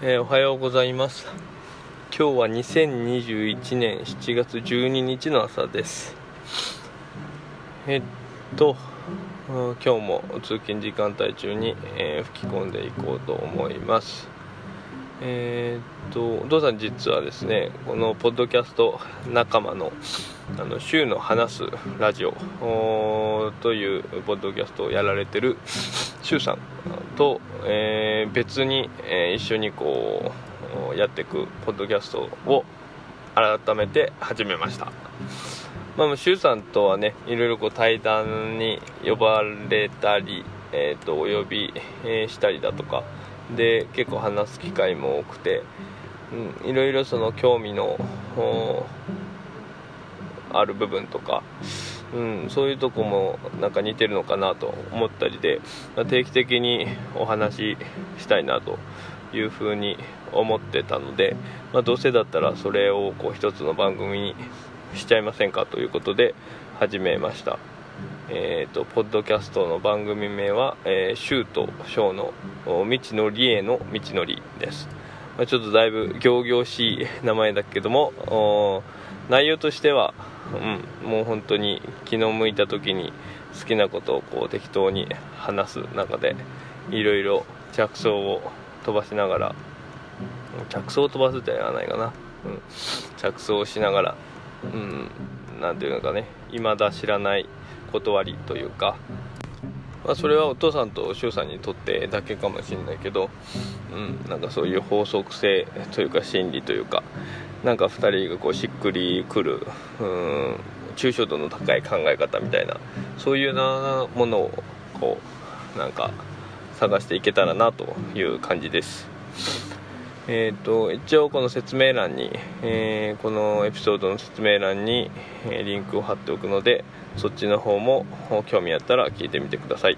おはようございます。今日は2021年7月12日の朝です。今日も通勤時間帯中に、吹き込んでいこうと思います。お父さん実はですね、このポッドキャスト仲間の週の話すラジオというポッドキャストをやられてる週さんと、別に、一緒にこうやっていくポッドキャストを改めて始めました。週さんとはね、いろいろこう対談に呼ばれたり、お呼び、したりだとかで結構話す機会も多くて、いろいろその興味のある部分とか、そういうとこもなんか似てるのかなと思ったりで、定期的にお話ししたいなというふうに思ってたので、どうせだったらそれをこう一つの番組にしちゃいませんかということで始めました。ポッドキャストの番組名は、週と章の道のりへの道のりです。ちょっとだいぶ仰々しい名前だけども、内容としては、もう本当に気の向いた時に好きなことをこう適当に話す中でいろいろ着想を飛ばしながら、着想を飛ばすって言わないかな、着想をしながら、なんていうのかね、未だ知らない断りというか、それはお父さんと周さんにとってだけかもしれないけど、なんかそういう法則性というか心理というか、なんか2人がこうしっくりくる、抽象度の高い考え方みたいな、そういうようなものをこうなんか探していけたらなという感じです。一応この説明欄に、このエピソードの説明欄に、リンクを貼っておくので、そっちの方も興味あったら聞いてみてください。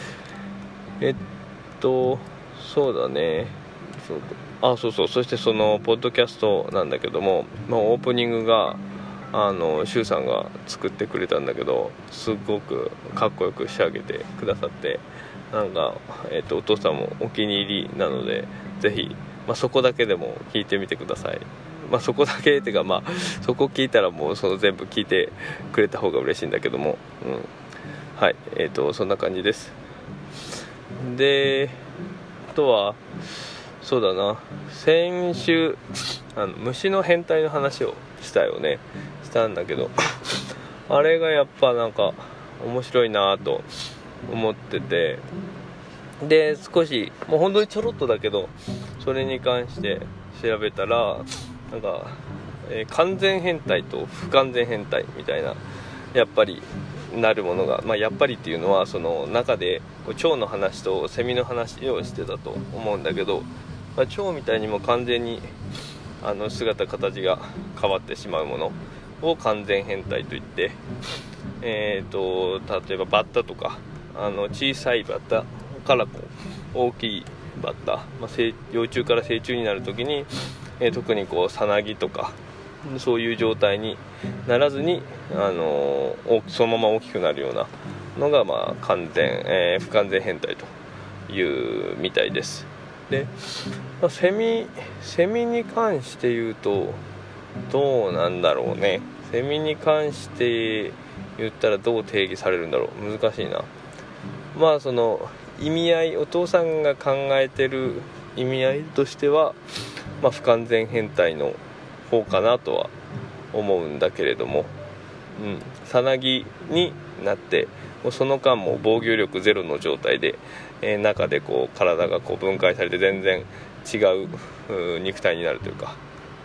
そうだね、そしてそのポッドキャストなんだけども、オープニングが周さんが作ってくれたんだけど、すごくかっこよく仕上げてくださって、なんか、お父さんもお気に入りなので、ぜひそこだけでも聞いてみてください。そこだけっていうか、そこ聞いたらもうその全部聞いてくれた方が嬉しいんだけども、はい、そんな感じです。で、あとはそうだな、先週虫の変態の話をしたんだけどあれがやっぱなんか面白いなと思ってて、で少しもう本当にちょろっとだけどそれに関して調べたら、なんか、完全変態と不完全変態みたいな、やっぱりなるものが、やっぱりっていうのはその中で蝶の話とセミの話をしてたと思うんだけど、蝶みたいにも完全に姿形が変わってしまうものを完全変態といって、例えばバッタとか小さいバッタからこう大きいバッタ、幼虫から成虫になるときに、特にこうさなぎとかそういう状態にならずに、そのまま大きくなるようなのが、完全、不完全変態というみたいです。で、セミに関して言うとどうなんだろうね。セミに関して言ったらどう定義されるんだろう、難しいな。その意味合い、お父さんが考えてる意味合いとしては、不完全変態の方かなとは思うんだけれども、さなぎになってもうその間も防御力ゼロの状態で、中でこう体がこう分解されて全然違う肉体になるというか、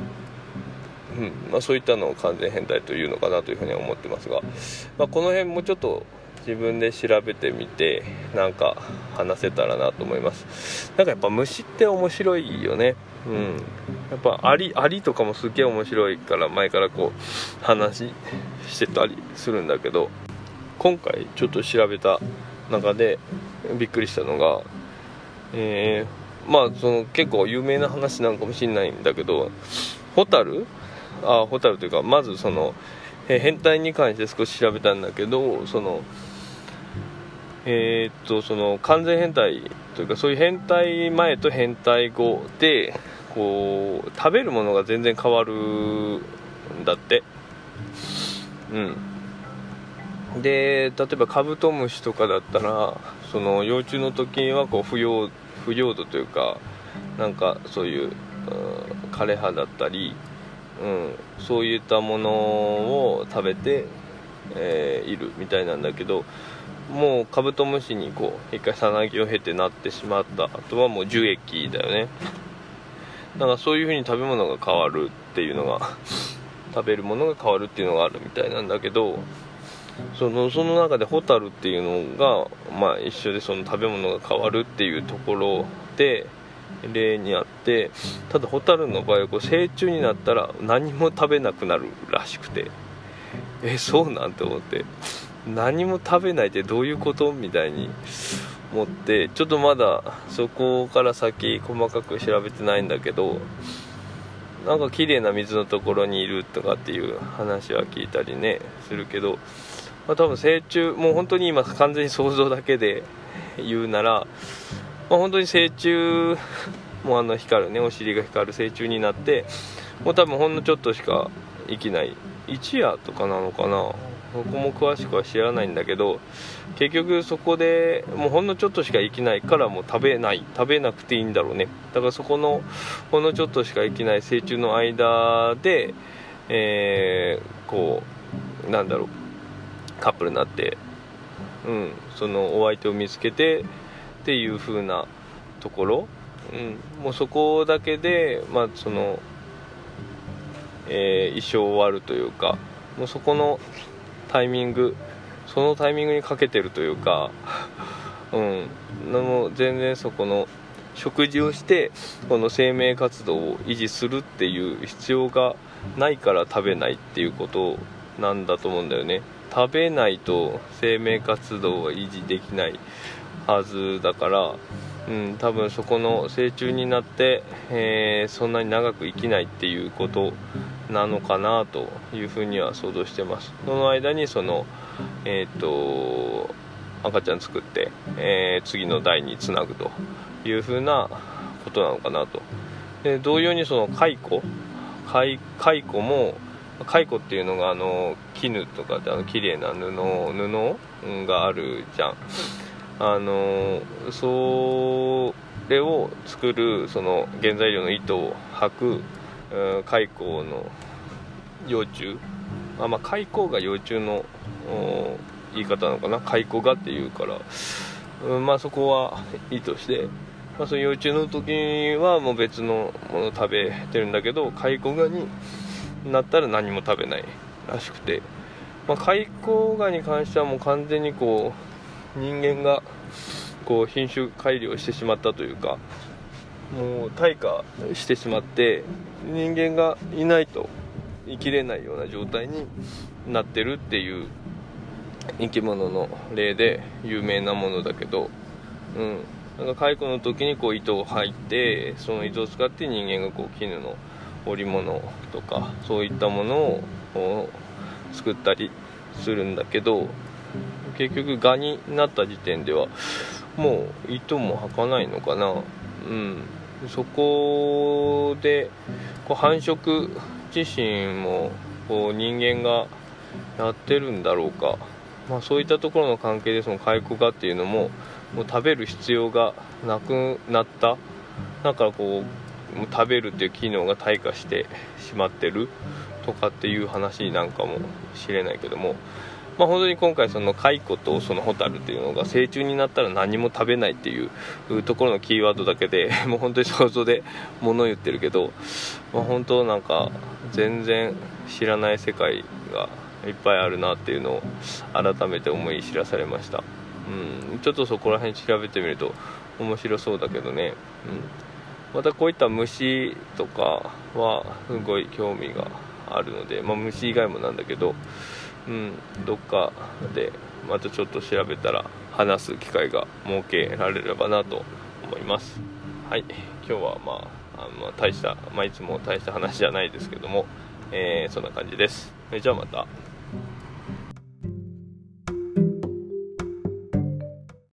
そういったのを完全変態というのかなというふうには思ってますが、この辺もちょっと自分で調べてみてなんか話せたらなと思います。なんかやっぱ虫って面白いよね。やっぱアリとかもすげえ面白いから前からこう話してたりするんだけど、今回ちょっと調べた中でびっくりしたのが、その結構有名な話なのかもしれないんだけど、ホタルというか、まずその変態に関して少し調べたんだけど、その完全変態というか、そういう変態前と変態後でこう食べるものが全然変わるんだって。で、例えばカブトムシとかだったら、その幼虫の時はこう腐葉土というか、なんかそういう枯葉だったり、そういったものを食べて、いるみたいなんだけど、もうカブトムシにこう一回さなぎを経てなってしまった後はもう樹液だよね。だからそういう風に食べ物が変わるっていうのが食べるものが変わるっていうのがあるみたいなんだけど、その中でホタルっていうのが、一緒でその食べ物が変わるっていうところで例にあって、ただホタルの場合はこう成虫になったら何も食べなくなるらしくて、そうなんて思って、何も食べないってどういうことみたいに思って、ちょっとまだそこから先細かく調べてないんだけど、なんか綺麗な水のところにいるとかっていう話は聞いたりねするけど、多分成虫、もう本当に今完全に想像だけで言うなら、本当に成虫も光るね、お尻が光る成虫になって、もう多分ほんのちょっとしか生きない、一夜とかなのかな、そこも詳しくは知らないんだけど、結局そこでもうほんのちょっとしか生きないから、もう食べなくていいんだろうね。だからそこのほんのちょっとしか生きない成虫の間で、こうなんだろう、カップルになって、そのお相手を見つけてっていう風なところ、もうそこだけで、その、一生終わるというか、もうそのタイミングにかけてるというか、もう全然そこの食事をしてこの生命活動を維持するっていう必要がないから食べないっていうことなんだと思うんだよね。食べないと生命活動は維持できないはずだから、多分そこの成虫になって、そんなに長く生きないっていうことなのかなというふうには想像してます。その間にその赤ちゃん作って、次の代につなぐというふうなことなのかなと。で、同様にその蚕も、蚕っていうのが絹とかで綺麗な布があるじゃん。それを作るその原材料の糸を履く蚕の幼虫、蚕が幼虫の言い方なのかな、蚕がっていうから、そこはいいとして、その幼虫の時はもう別のものを食べてるんだけど、蚕ガになったら何も食べないらしくて、蚕ガに関してはもう完全にこう人間がこう品種改良してしまったというか、もう退化してしまって人間がいないと生きれないような状態になってるっていう生き物の例で有名なものだけど、なんか蚕の時にこう糸を吐いて、その糸を使って人間がこう絹の織物とかそういったものを作ったりするんだけど、結局蛾になった時点ではもう糸も吐かないのかな。そこでこう繁殖自身もこう人間がやってるんだろうか。そういったところの関係でその蚕蛾っていうのもう食べる必要がなくなった。だからこう食べるっていう機能が退化してしまってるとかっていう話なんかもしれないけども、本当に今回その蚕とそのホタルっていうのが成虫になったら何も食べないっていうところのキーワードだけでもう本当に想像で物言ってるけど、本当なんか全然知らない世界がいっぱいあるなっていうのを改めて思い知らされました。ちょっとそこら辺調べてみると面白そうだけどね。またこういった虫とかはすごい興味があるので、虫以外もなんだけど、どっかでまたちょっと調べたら話す機会が設けられればなと思います。はい、今日は大した、いつも大した話じゃないですけども、そんな感じです。じゃあまた。